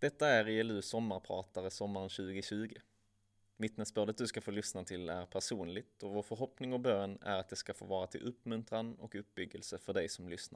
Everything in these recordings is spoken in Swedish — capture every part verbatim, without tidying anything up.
Detta är E L U sommarpratare sommaren tjugo tjugo. Vittnesbördet du ska få lyssna till är personligt och vår förhoppning och bön är att det ska få vara till uppmuntran och uppbyggelse för dig som lyssnar.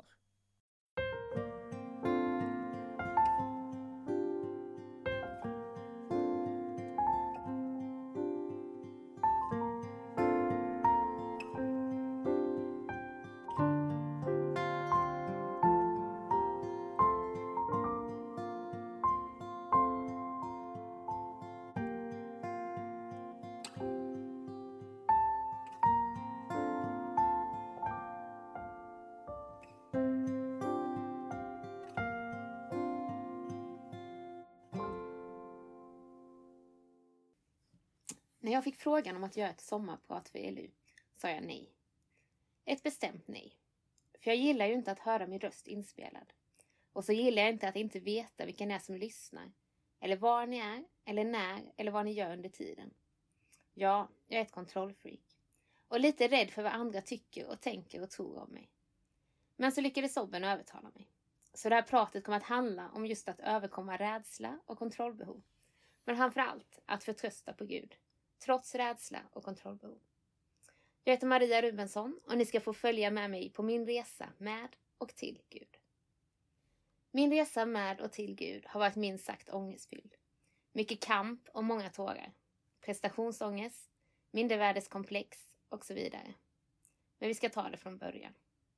När jag fick frågan om att göra ett sommarprat för E L U sa jag nej. Ett bestämt nej. För jag gillar ju inte att höra min röst inspelad. Och så gillar jag inte att inte veta vilka ni är som lyssnar. Eller var ni är, eller när, eller vad ni gör under tiden. Ja, jag är ett kontrollfreak. Och lite rädd för vad andra tycker och tänker och tror om mig. Men så lyckades Sobben övertala mig. Så det här pratet kommer att handla om just att överkomma rädsla och kontrollbehov. Men framförallt att förtrösta på Gud. Trots rädsla och kontrollbehov. Jag heter Maria Rubensson och ni ska få följa med mig på min resa med och till Gud. Min resa med och till Gud har varit minst sagt ångestfylld. Mycket kamp och många tårar. Prestationsångest, mindervärdeskomplex och så vidare. Men vi ska ta det från början.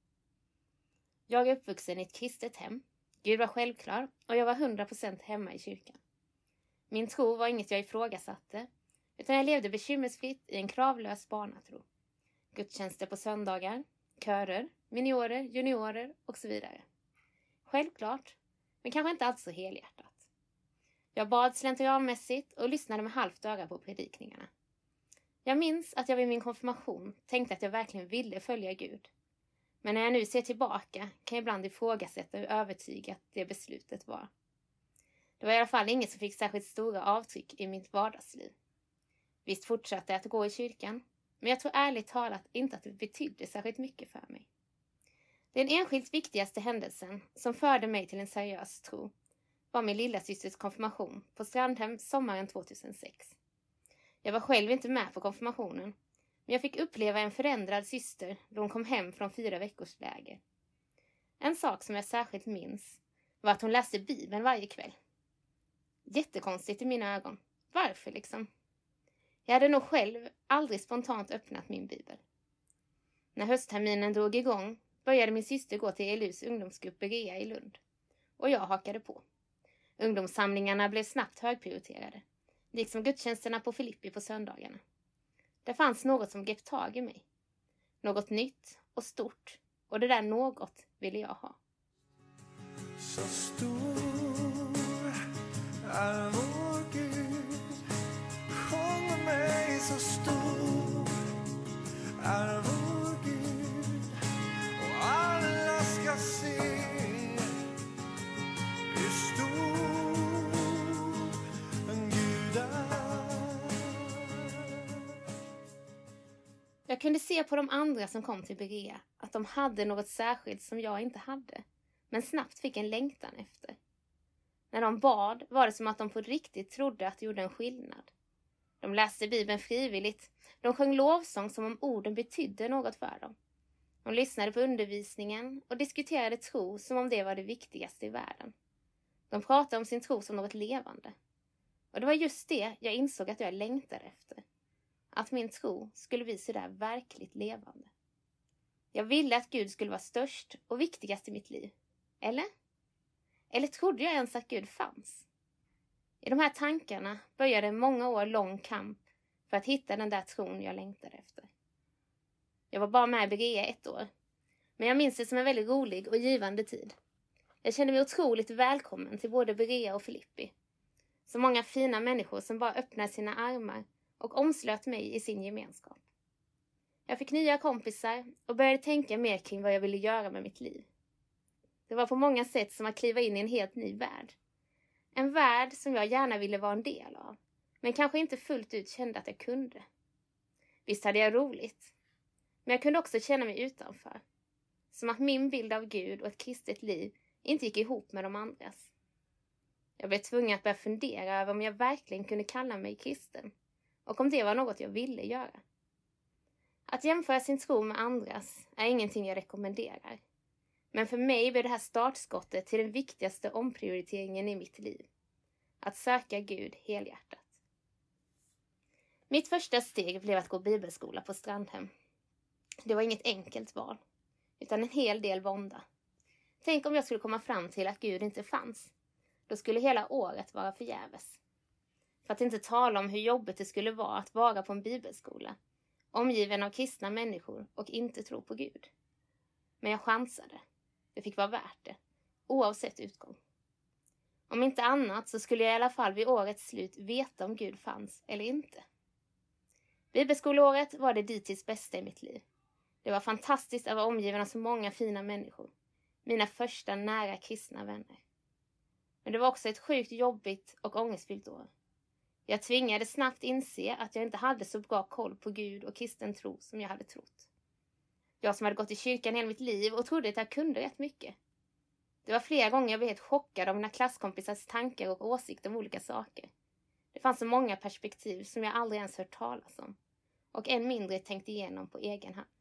Jag är uppvuxen i ett kristet hem. Gud var självklar och jag var hundra procent hemma i kyrkan. Min tro var inget jag ifrågasatte. Utan jag levde bekymmersfritt i en kravlös barnatro. Gudstjänster på söndagar, körer, miniorer, juniorer och så vidare. Självklart, men kanske inte alls så helhjärtat. Jag bad slentrianmässigt och lyssnade med halvt öga på predikningarna. Jag minns att jag vid min konfirmation tänkte att jag verkligen ville följa Gud. Men när jag nu ser tillbaka kan jag ibland ifrågasätta hur övertygat det beslutet var. Det var i alla fall inget som fick särskilt stora avtryck i mitt vardagsliv. Visst fortsatte jag att gå i kyrkan, men jag tror ärligt talat inte att det betydde särskilt mycket för mig. Den enskilt viktigaste händelsen som förde mig till en seriös tro var min lilla systers konfirmation på Strandhem sommaren tvåtusensex. Jag var själv inte med på konfirmationen, men jag fick uppleva en förändrad syster då hon kom hem från fyra veckors läger. En sak som jag särskilt minns var att hon läste Bibeln varje kväll. Jättekonstigt i mina ögon. Varför liksom? Jag hade nog själv aldrig spontant öppnat min bibel. När höstterminen drog igång började min syster gå till E L U:s ungdomsgrupp Berea i Lund. Och jag hakade på. Ungdomssamlingarna blev snabbt högprioriterade. Liksom gudstjänsterna på Filippi på söndagarna. Det fanns något som grep tag i mig. Något nytt och stort. Och det där något ville jag ha. Så stor är vår Gud. Sjung mig så stor är vår Gud. Och alla ska se hur stor en Gud är. Jag kunde se på de andra som kom till Berea att de hade något särskilt som jag inte hade. Men snabbt fick en längtan efter. När de bad var det som att de på riktigt trodde att det gjorde en skillnad. De läste Bibeln frivilligt. De sjöng lovsång som om orden betydde något för dem. De lyssnade på undervisningen och diskuterade tro som om det var det viktigaste i världen. De pratade om sin tro som något levande. Och det var just det jag insåg att jag längtade efter. Att min tro skulle bli så där verkligt levande. Jag ville att Gud skulle vara störst och viktigast i mitt liv. Eller? Eller trodde jag ens att Gud fanns? I de här tankarna började en många år lång kamp för att hitta den där tron jag längtade efter. Jag var bara med i Berea ett år. Men jag minns det som en väldigt rolig och givande tid. Jag kände mig otroligt välkommen till både Berea och Filippi. Så många fina människor som bara öppnade sina armar och omslöt mig i sin gemenskap. Jag fick nya kompisar och började tänka mer kring vad jag ville göra med mitt liv. Det var på många sätt som att kliva in i en helt ny värld. En värld som jag gärna ville vara en del av, men kanske inte fullt ut kände att jag kunde. Visst hade jag roligt, men jag kunde också känna mig utanför. Som att min bild av Gud och ett kristet liv inte gick ihop med de andras. Jag blev tvungen att börja fundera över om jag verkligen kunde kalla mig kristen och om det var något jag ville göra. Att jämföra sin tro med andras är ingenting jag rekommenderar. Men för mig blev det här startskottet till den viktigaste omprioriteringen i mitt liv. Att söka Gud helhjärtat. Mitt första steg blev att gå bibelskola på Strandhem. Det var inget enkelt val, utan en hel del vånda. Tänk om jag skulle komma fram till att Gud inte fanns. Då skulle hela året vara förgäves. För att inte tala om hur jobbigt det skulle vara att vara på en bibelskola, omgiven av kristna människor och inte tro på Gud. Men jag chansade. Det fick vara värt det, oavsett utgång. Om inte annat så skulle jag i alla fall vid årets slut veta om Gud fanns eller inte. Bibelskoleåret var det dittills bästa i mitt liv. Det var fantastiskt att vara omgiven av så många fina människor. Mina första nära kristna vänner. Men det var också ett sjukt jobbigt och ångestfyllt år. Jag tvingades snabbt inse att jag inte hade så bra koll på Gud och kristen tro som jag hade trott. Jag som hade gått i kyrkan hela mitt liv och trodde att jag kunde rätt mycket. Det var flera gånger jag blev helt chockad av mina klasskompisars tankar och åsikter om olika saker. Det fanns så många perspektiv som jag aldrig ens hört talas om. Och än mindre tänkt igenom på egen hand.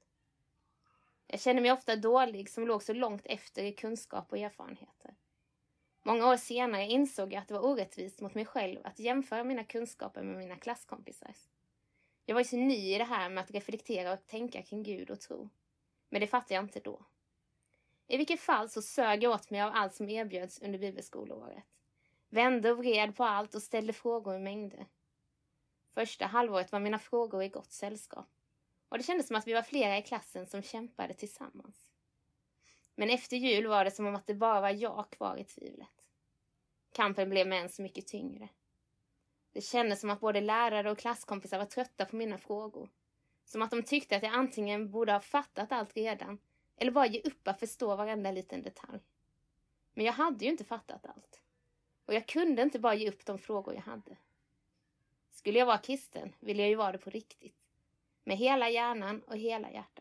Jag kände mig ofta dålig som låg så långt efter i kunskap och erfarenheter. Många år senare insåg jag att det var orättvist mot mig själv att jämföra mina kunskaper med mina klasskompisar. Jag var ju så ny i det här med att reflektera och tänka kring Gud och tro. Men det fattade jag inte då. I vilket fall så sög jag åt mig av allt som erbjöds under bibelskoleåret. Vände och vred på allt och ställde frågor i mängder. Första halvåret var mina frågor i gott sällskap. Och det kändes som att vi var flera i klassen som kämpade tillsammans. Men efter jul var det som om att det bara var jag kvar i tvivlet. Kampen blev med en så mycket tyngre. Det kändes som att både lärare och klasskompisar var trötta på mina frågor. Som att de tyckte att jag antingen borde ha fattat allt redan eller bara ge upp att förstå varenda liten detalj. Men jag hade ju inte fattat allt. Och jag kunde inte bara ge upp de frågor jag hade. Skulle jag vara kristen ville jag ju vara det på riktigt. Med hela hjärnan och hela hjärtat.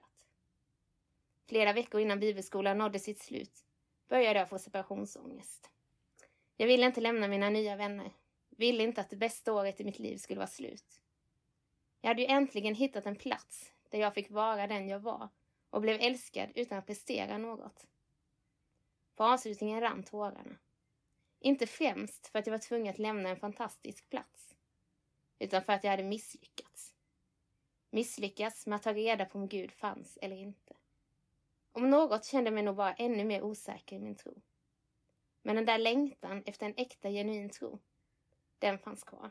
Flera veckor innan bibelskolan nådde sitt slut började jag få separationsångest. Jag ville inte lämna mina nya vänner. Ville inte att det bästa året i mitt liv skulle vara slut. Jag hade ju äntligen hittat en plats där jag fick vara den jag var och blev älskad utan att prestera något. På avslutningen rann tårarna. Inte främst för att jag var tvungen att lämna en fantastisk plats, utan för att jag hade misslyckats. Misslyckats med att ta reda på om Gud fanns eller inte. Om något kände mig nog bara ännu mer osäker i min tro. Men den där längtan efter en äkta genuin tro, den fanns kvar.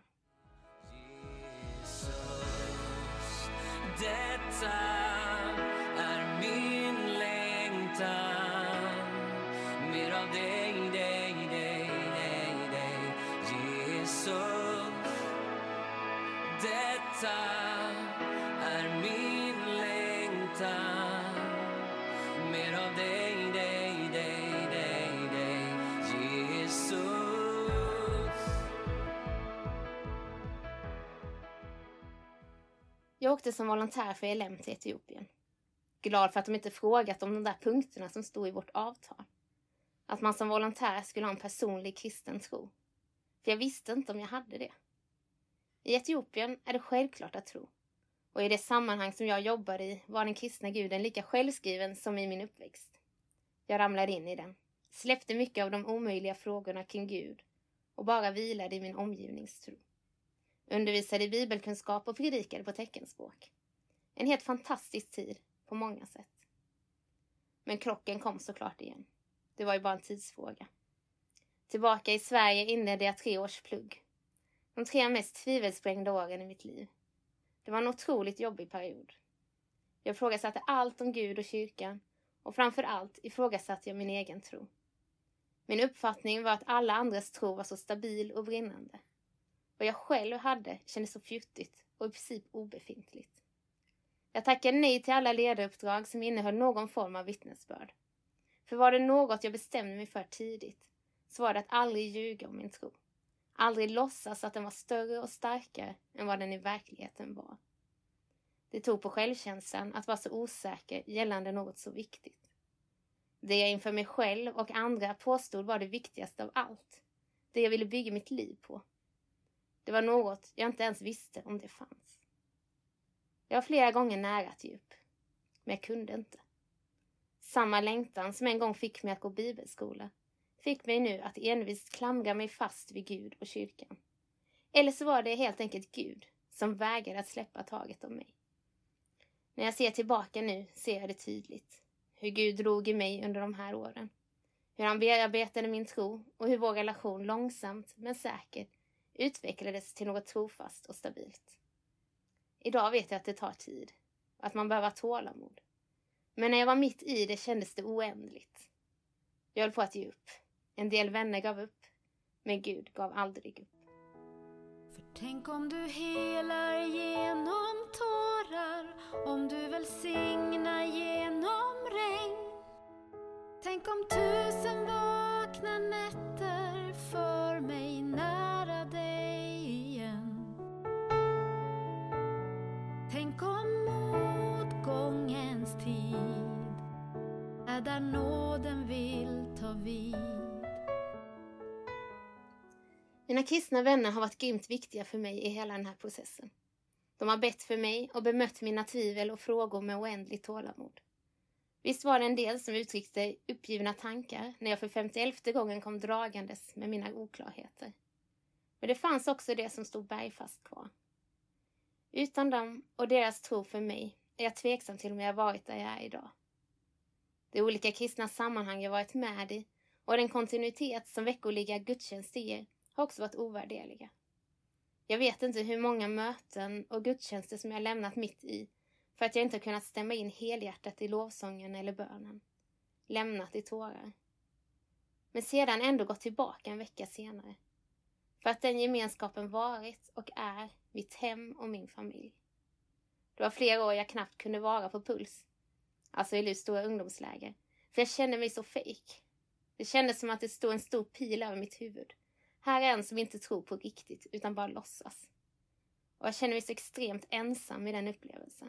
Jesus, detta är min längtan. Mer av dig, dig, dig, dig, dig. Jesus, detta är min längtan. Mer av dig, dig, dig, dig, dig. Jesus. Jag åkte som volontär för L M till Etiopien. Glad för att de inte frågat om de där punkterna som stod i vårt avtal. Att man som volontär skulle ha en personlig kristen tro. För jag visste inte om jag hade det. I Etiopien är det självklart att tro. Och i det sammanhang som jag jobbade i var den kristna guden lika självskriven som i min uppväxt. Jag ramlade in i den. Släppte mycket av de omöjliga frågorna kring Gud. Och bara vilade i min omgivningstro. Undervisade i bibelkunskap och predikade på teckenspråk. En helt fantastisk tid på många sätt. Men krocken kom såklart igen. Det var ju bara en tidsfråga. Tillbaka i Sverige inledde jag tre års plugg. De tre mest tvivelsprängda åren i mitt liv. Det var en otroligt jobbig period. Jag ifrågasatte allt om Gud och kyrkan. Och framför allt ifrågasatte jag min egen tro. Min uppfattning var att alla andras tro var så stabil och brinnande. Vad jag själv hade kändes så fjuttigt och i princip obefintligt. Jag tackade nej till alla ledaruppdrag som innehöll någon form av vittnesbörd. För var det något jag bestämde mig för tidigt, så var det att aldrig ljuga om min tro. Aldrig låtsas att den var större och starkare än vad den i verkligheten var. Det tog på självkänslan att vara så osäker gällande något så viktigt. Det jag inför mig själv och andra påstod var det viktigaste av allt. det jag ville bygga mitt liv på. Det var något jag inte ens visste om det fanns. Jag var flera gånger nära att ge upp, men jag kunde inte. Samma längtan som en gång fick mig att gå bibelskola fick mig nu att envist klamra mig fast vid Gud och kyrkan. Eller så var det helt enkelt Gud som vägrade att släppa taget om mig. När jag ser tillbaka nu ser jag det tydligt. Hur Gud drog i mig under de här åren. Hur han bearbetade min tro och hur vår relation långsamt men säkert utvecklades till något trofast och stabilt. Idag vet jag att det tar tid. Att man behöver tålamod. Men när jag var mitt i det kändes det oändligt. Jag höll på att ge upp. En del vänner gav upp. Men Gud gav aldrig upp. För tänk om du helar genom tårar, om du välsignar genom regn. Tänk om tusen vakna nätter för mig nära dig igen. Tänk om motgångens tid är där nåden vill ta vid. Mina kristna vänner har varit grymt viktiga för mig i hela den här processen. De har bett för mig och bemött mina tvivel och frågor med oändligt tålamod. Visst var det en del som uttryckte uppgivna tankar när jag för femtioelfte gången kom dragandes med mina oklarheter. Men det fanns också det som stod bergfast kvar. Utan dem och deras tro för mig är jag tveksam till om jag varit där jag är idag. De olika kristna sammanhang jag varit med i och den kontinuitet som veckoliga gudstjänster ger har också varit ovärderliga. Jag vet inte hur många möten och gudstjänster som jag lämnat mitt i för att jag inte har kunnat stämma in helhjärtat i lovsången eller bönen. Lämnat i tårar. Men sedan ändå gått tillbaka en vecka senare. För att den gemenskapen varit och är mitt hem och min familj. Det var flera år jag knappt kunde vara på Puls. Alltså i Lus stora ungdomsläger. För jag kände mig så fake. Det kändes som att det stod en stor pil över mitt huvud. Här är en som inte tror på riktigt utan bara låtsas. Och jag känner mig så extremt ensam i den upplevelsen.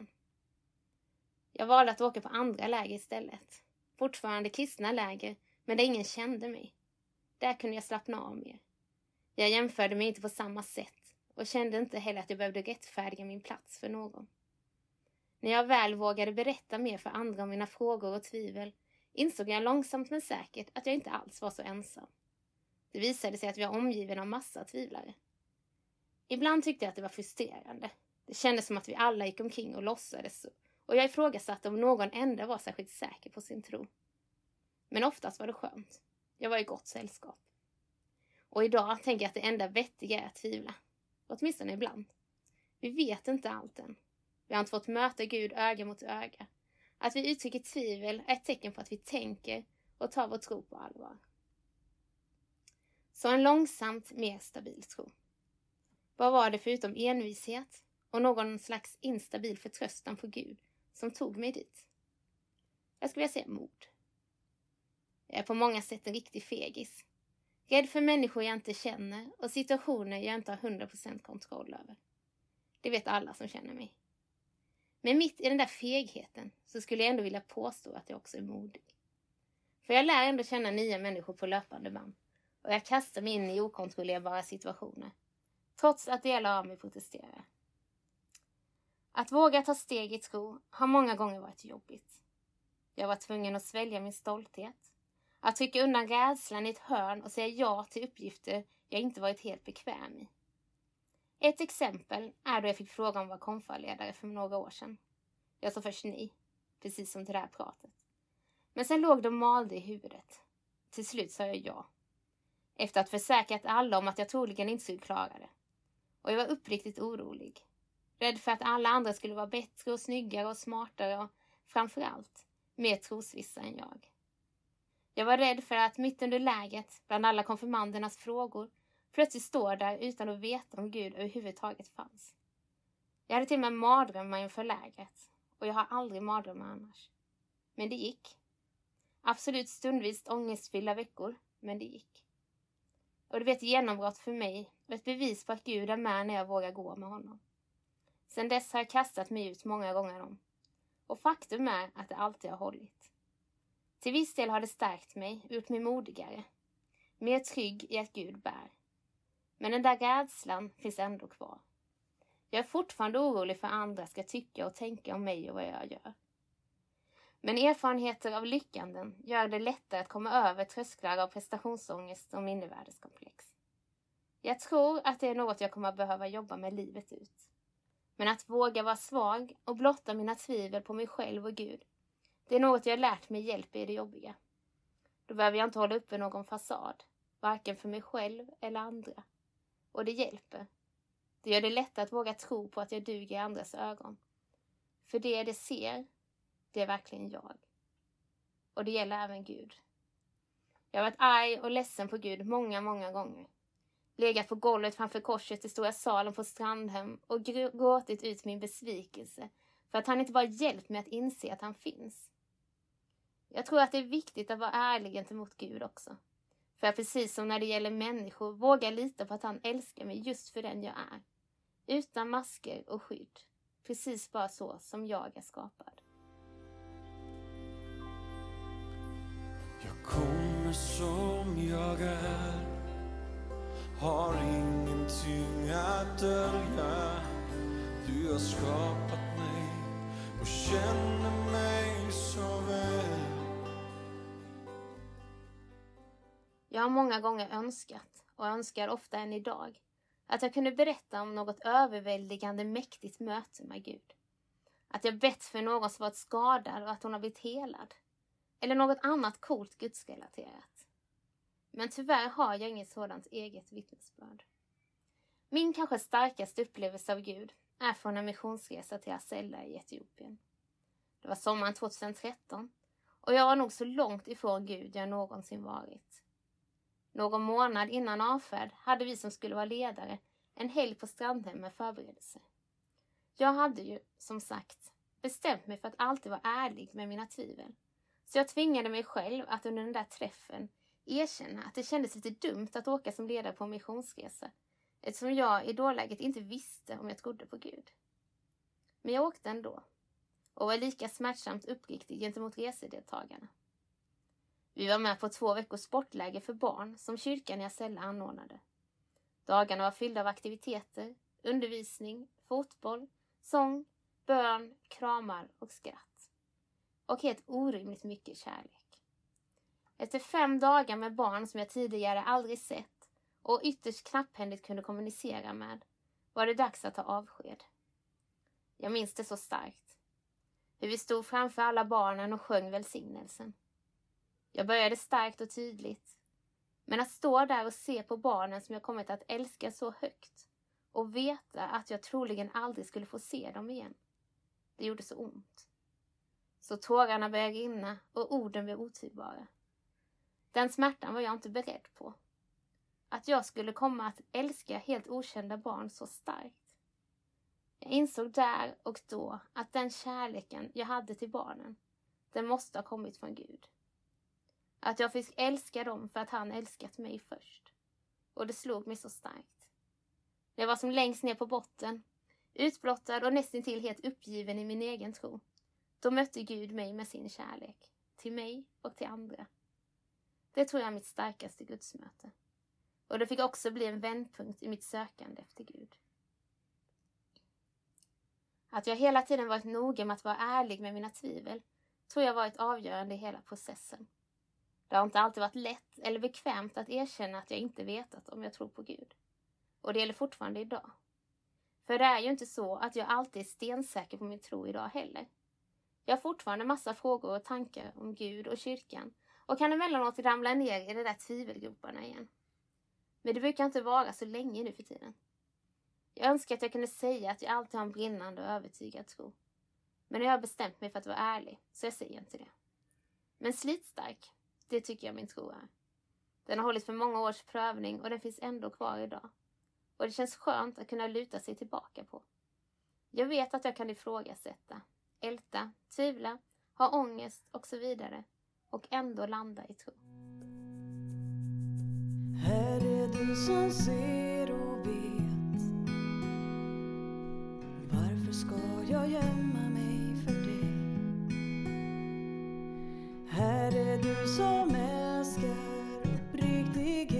Jag valde att åka på andra läger istället. Fortfarande kristna läger, men där ingen kände mig. Där kunde jag slappna av mer. Jag jämförde mig inte på samma sätt och kände inte heller att jag behövde rättfärdiga min plats för någon. När jag väl vågade berätta mer för andra om mina frågor och tvivel insåg jag långsamt men säkert att jag inte alls var så ensam. Det visade sig att vi var omgiven av massa tvivlare. Ibland tyckte jag att det var frustrerande. Det kändes som att vi alla gick omkring och låtsades och jag ifrågasatte om någon enda var särskilt säker på sin tro. Men oftast var det skönt. Jag var i gott sällskap. Och idag tänker jag att det enda vettiga är att tvivla. Åtminstone ibland. Vi vet inte allt än. Vi har inte fått möta Gud öga mot öga. Att vi uttrycker tvivel är ett tecken på att vi tänker och tar vår tro på allvar. Så en långsamt mer stabil tro. Vad var det förutom envishet och någon slags instabil förtröstan på Gud som tog mig dit? Jag skulle vilja säga mod. Jag är på många sätt en riktig fegis. Rädd för människor jag inte känner och situationer jag inte har hundra procent kontroll över. Det vet alla som känner mig. Men mitt i den där fegheten så skulle jag ändå vilja påstå att jag också är modig. För jag lär ändå känna nya människor på löpande band. Och jag kastar mig in i okontrollerbara situationer. Trots att delar av mig protesterar. Att våga ta steg i tro har många gånger varit jobbigt. Jag var tvungen att svälja min stolthet. Att trycka undan rädslan i ett hörn och säga ja till uppgifter jag inte varit helt bekväm i. Ett exempel är då jag fick fråga om att vara konfaledare för några år sedan. Jag sa först nej, precis som till det här pratet. Men sen låg det och malde i huvudet. Till slut sa jag ja. Efter att försäkrat alla om att jag troligen inte skulle klara det. Och jag var uppriktigt orolig. Rädd för att alla andra skulle vara bättre och snyggare och smartare och framförallt mer trosvissa än jag. Jag var rädd för att mitt under läget, bland alla konfirmandernas frågor, plötsligt står där utan att veta om Gud överhuvudtaget fanns. Jag hade till och med mardrömmar inför lägret. Och jag har aldrig mardrömmar annars. Men det gick. Absolut stundvis ångestfyllda veckor, men det gick. Och det var ett genombrott för mig och ett bevis på att Gud är med när jag vågar gå med honom. Sen dess har jag kastat mig ut många gånger om. Och faktum är att det alltid har hållit. Till viss del har det stärkt mig, gjort mig modigare. mer trygg i att Gud bär. Men den där rädslan finns ändå kvar. Jag är fortfarande orolig för andra ska tycka och tänka om mig och vad jag gör. Men erfarenheter av lyckanden gör det lättare att komma över trösklar av prestationsångest och mindervärdeskomplex. Jag tror att det är något jag kommer att behöva jobba med livet ut. Men att våga vara svag och blotta mina tvivel på mig själv och Gud, det är något jag lärt mig hjälp i det jobbiga. Då behöver jag inte hålla uppe någon fasad, varken för mig själv eller andra. Och det hjälper. Det gör det lättare att våga tro på att jag duger i andras ögon. För det det ser, det är verkligen jag. Och det gäller även Gud. Jag har varit arg och ledsen på Gud många, många gånger. Legat på golvet framför korset i stora salen på Strandhem och gråtit ut min besvikelse för att han inte bara hjälpt mig att inse att han finns. Jag tror att det är viktigt att vara ärlig gentemot Gud också. För att precis som när det gäller människor våga lita på att han älskar mig just för den jag är. Utan masker och skydd. Precis bara så som jag är skapad. Jag kommer som jag är, har ingenting att dölja. Du har skapat mig och känner mig så väl. Jag har många gånger önskat, och önskar ofta än idag, att jag kunde berätta om något överväldigande mäktigt möte med Gud. Att jag bett för någon som varit skadad och att hon har blivit helad. Eller något annat coolt gudsrelaterat. Men tyvärr har jag inget sådant eget vittnesbörd. Min kanske starkaste upplevelse av Gud är från en missionsresa till Asella i Etiopien. Det var sommaren tjugohundratretton och jag var nog så långt ifrån Gud jag någonsin varit. Någon månad innan avfärd hade vi som skulle vara ledare en helg på Strandhem med förberedelse. Jag hade ju, som sagt, bestämt mig för att alltid vara ärlig med mina tvivel. Så jag tvingade mig själv att under den där träffen erkänna att det kändes lite dumt att åka som ledare på en missionsresa. Eftersom jag i dåläget inte visste om jag trodde på Gud. Men jag åkte ändå. Och var lika smärtsamt uppriktig gentemot resedeltagarna. Vi var med på två veckors sportläger för barn som kyrkan i Asella anordnade. Dagarna var fyllda av aktiviteter, undervisning, fotboll, sång, bön, kramar och skratt. Och helt orimligt mycket kärlek. Efter fem dagar med barn som jag tidigare aldrig sett och ytterst knapphändigt kunde kommunicera med var det dags att ta avsked. Jag minns det så starkt. Hur vi stod framför alla barnen och sjöng välsignelsen. Jag började starkt och tydligt. Men att stå där och se på barnen som jag kommit att älska så högt och veta att jag troligen aldrig skulle få se dem igen. Det gjorde så ont. Så tårarna började rinna och orden blev otydbara. Den smärtan var jag inte beredd på. Att jag skulle komma att älska helt okända barn så starkt. Jag insåg där och då att den kärleken jag hade till barnen, den måste ha kommit från Gud. Att jag fick älska dem för att han älskat mig först. Och det slog mig så starkt. Jag var som längst ner på botten, utblottad och nästintill helt uppgiven i min egen tro. Då mötte Gud mig med sin kärlek, till mig och till andra. Det tror jag är mitt starkaste gudsmöte. Och det fick också bli en vändpunkt i mitt sökande efter Gud. Att jag hela tiden varit noga med att vara ärlig med mina tvivel tror jag varit avgörande i hela processen. Det har inte alltid varit lätt eller bekvämt att erkänna att jag inte vetat om jag tror på Gud. Och det gäller fortfarande idag. För det är ju inte så att jag alltid är stensäker på min tro idag heller. Jag har fortfarande massa frågor och tankar om Gud och kyrkan och kan emellanåt ramla ner i de där tvivelgroparna igen. Men det brukar inte vara så länge nu för tiden. Jag önskar att jag kunde säga att jag alltid har en brinnande och övertygad tro. Men jag har bestämt mig för att vara ärlig, så jag säger inte det. Men slitstark, det tycker jag min tro är. Den har hållit för många års prövning och den finns ändå kvar idag. Och det känns skönt att kunna luta sig tillbaka på. Jag vet att jag kan ifrågasätta, älta, tvivla, ha ångest och så vidare. Och ändå landa i tro. Här är du som ser och vet. Varför ska jag gömma mig för dig? Här är du som älskar uppriktighet.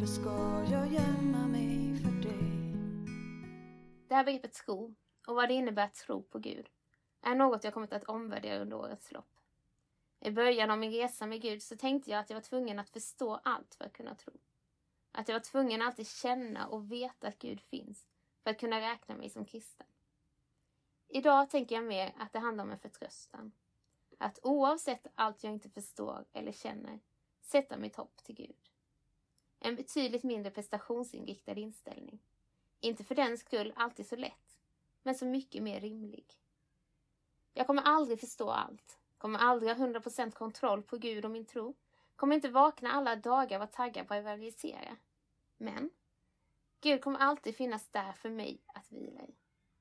Därför ska jag gömma mig för dig. Det här begreppet tro och vad det innebär att tro på Gud är något jag kommit att omvärdera under årets lopp. I början av min resa med Gud så tänkte jag att jag var tvungen att förstå allt för att kunna tro. Att jag var tvungen att alltid känna och veta att Gud finns för att kunna räkna mig som kristen. Idag tänker jag mer att det handlar om en förtröstan. Att oavsett allt jag inte förstår eller känner, sätta mitt hopp till Gud. En betydligt mindre prestationsinriktad inställning. Inte för den skull alltid så lätt, men så mycket mer rimlig. Jag kommer aldrig förstå allt. Kommer aldrig ha hundra procent kontroll på Gud och min tro. Kommer inte vakna alla dagar och vara taggad på att evangelisera. Men Gud kommer alltid finnas där för mig att vila i.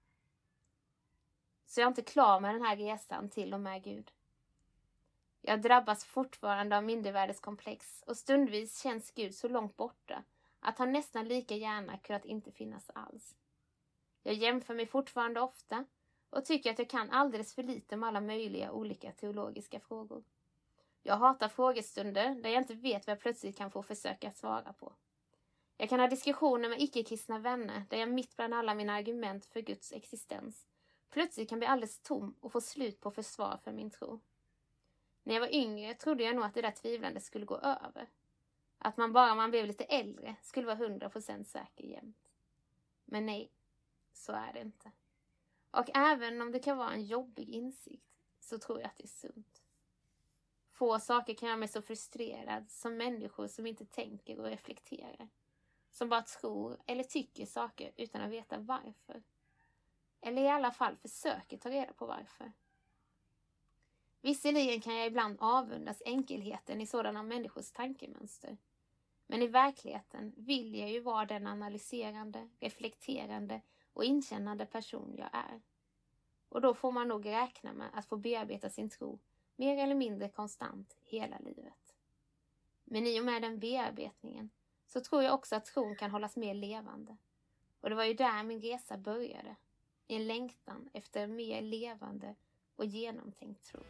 Så jag är inte klar med den här resan till och med Gud. Jag drabbas fortfarande av mindervärdeskomplex och stundvis känns Gud så långt borta att han nästan lika gärna kunnat inte finnas alls. Jag jämför mig fortfarande ofta och tycker att jag kan alldeles för lite om alla möjliga olika teologiska frågor. Jag hatar frågestunder där jag inte vet vad jag plötsligt kan få försöka svara på. Jag kan ha diskussioner med icke-kristna vänner där jag mitt bland alla mina argument för Guds existens plötsligt kan bli alldeles tom och få slut på försvar för min tro. När jag var yngre trodde jag nog att det där tvivlandet skulle gå över. Att man bara man blev lite äldre skulle vara hundra procent säker jämt. Men nej, så är det inte. Och även om det kan vara en jobbig insikt så tror jag att det är sunt. Få saker kan göra mig så frustrerad som människor som inte tänker och reflekterar. Som bara tror eller tycker saker utan att veta varför. Eller i alla fall försöker ta reda på varför. Visserligen kan jag ibland avundas enkelheten i sådana människors tankemönster. Men i verkligheten vill jag ju vara den analyserande, reflekterande och inkännande person jag är. Och då får man nog räkna med att få bearbeta sin tro mer eller mindre konstant hela livet. Men i och med den bearbetningen så tror jag också att tron kan hållas mer levande. Och det var ju där min resa började. I en längtan efter en mer levande och genomtänkt tro.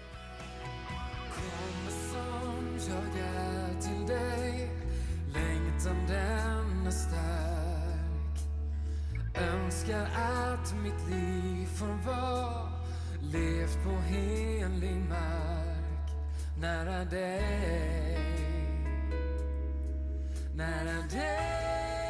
Kommer som jag är till dig, längtan den är stark. Önskar att mitt liv får vara levt på helig mark. Nära dig, nära dig.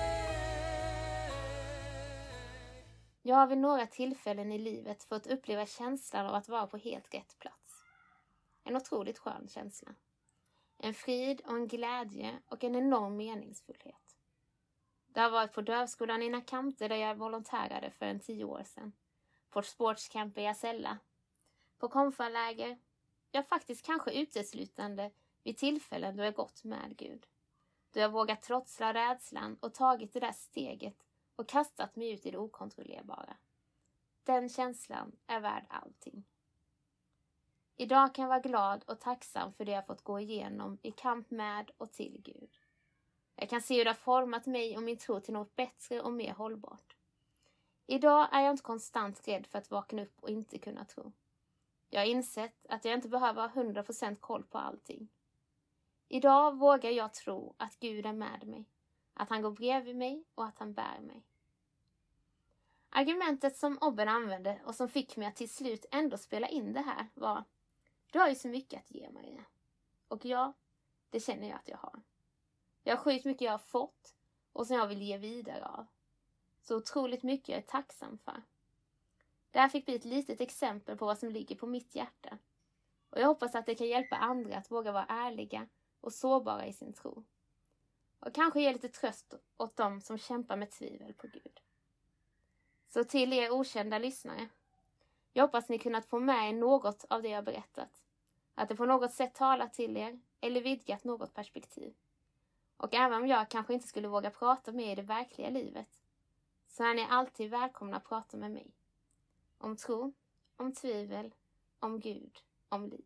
Jag har vid några tillfällen i livet fått uppleva känslan av att vara på helt rätt plats. En otroligt skön känsla. En frid och en glädje och en enorm meningsfullhet. Det har varit på dövskolan i Nakamte där jag volontärade för en tio år sedan. På sportscamp i Asella. På konfaläger. Ja, faktiskt kanske uteslutande vid tillfällen då jag gått med Gud. Då jag vågat trotsa rädslan och tagit det där steget och kastat mig ut i det okontrollerbara. Den känslan är värd allting. Idag kan jag vara glad och tacksam för det jag fått gå igenom i kamp med och till Gud. Jag kan se hur det har format mig och min tro till något bättre och mer hållbart. Idag är jag inte konstant rädd för att vakna upp och inte kunna tro. Jag har insett att jag inte behöver ha hundra procent koll på allting. Idag vågar jag tro att Gud är med mig, att han går bredvid mig och att han bär mig. Argumentet som Obben använde och som fick mig att till slut ändå spela in det här var: du har ju så mycket att ge, Maria. Och ja, det känner jag att jag har. Jag har sjukt mycket jag har fått och som jag vill ge vidare av. Så otroligt mycket jag är tacksam för. Det här fick bli ett litet exempel på vad som ligger på mitt hjärta. Och jag hoppas att det kan hjälpa andra att våga vara ärliga och sårbara i sin tro. Och kanske ge lite tröst åt dem som kämpar med tvivel på Gud. Så till er okända lyssnare. Jag hoppas ni kunnat få med er något av det jag berättat. Att det på något sätt talar till er eller vidgat något perspektiv. Och även om jag kanske inte skulle våga prata med er i det verkliga livet, så är ni alltid välkomna att prata med mig. Om tro, om tvivel, om Gud, om livet.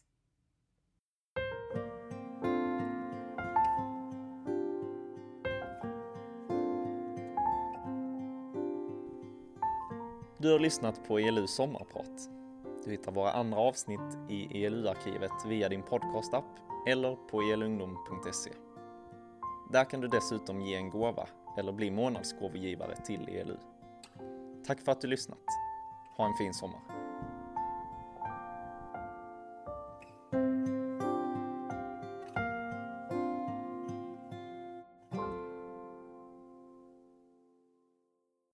Du har lyssnat på E L U Sommarprat. Du hittar våra andra avsnitt i E L U-arkivet via din podcastapp eller på elungdom punkt se. Där kan du dessutom ge en gåva eller bli månadsgåvogivare till E L U. Tack för att du lyssnat. Ha en fin sommar.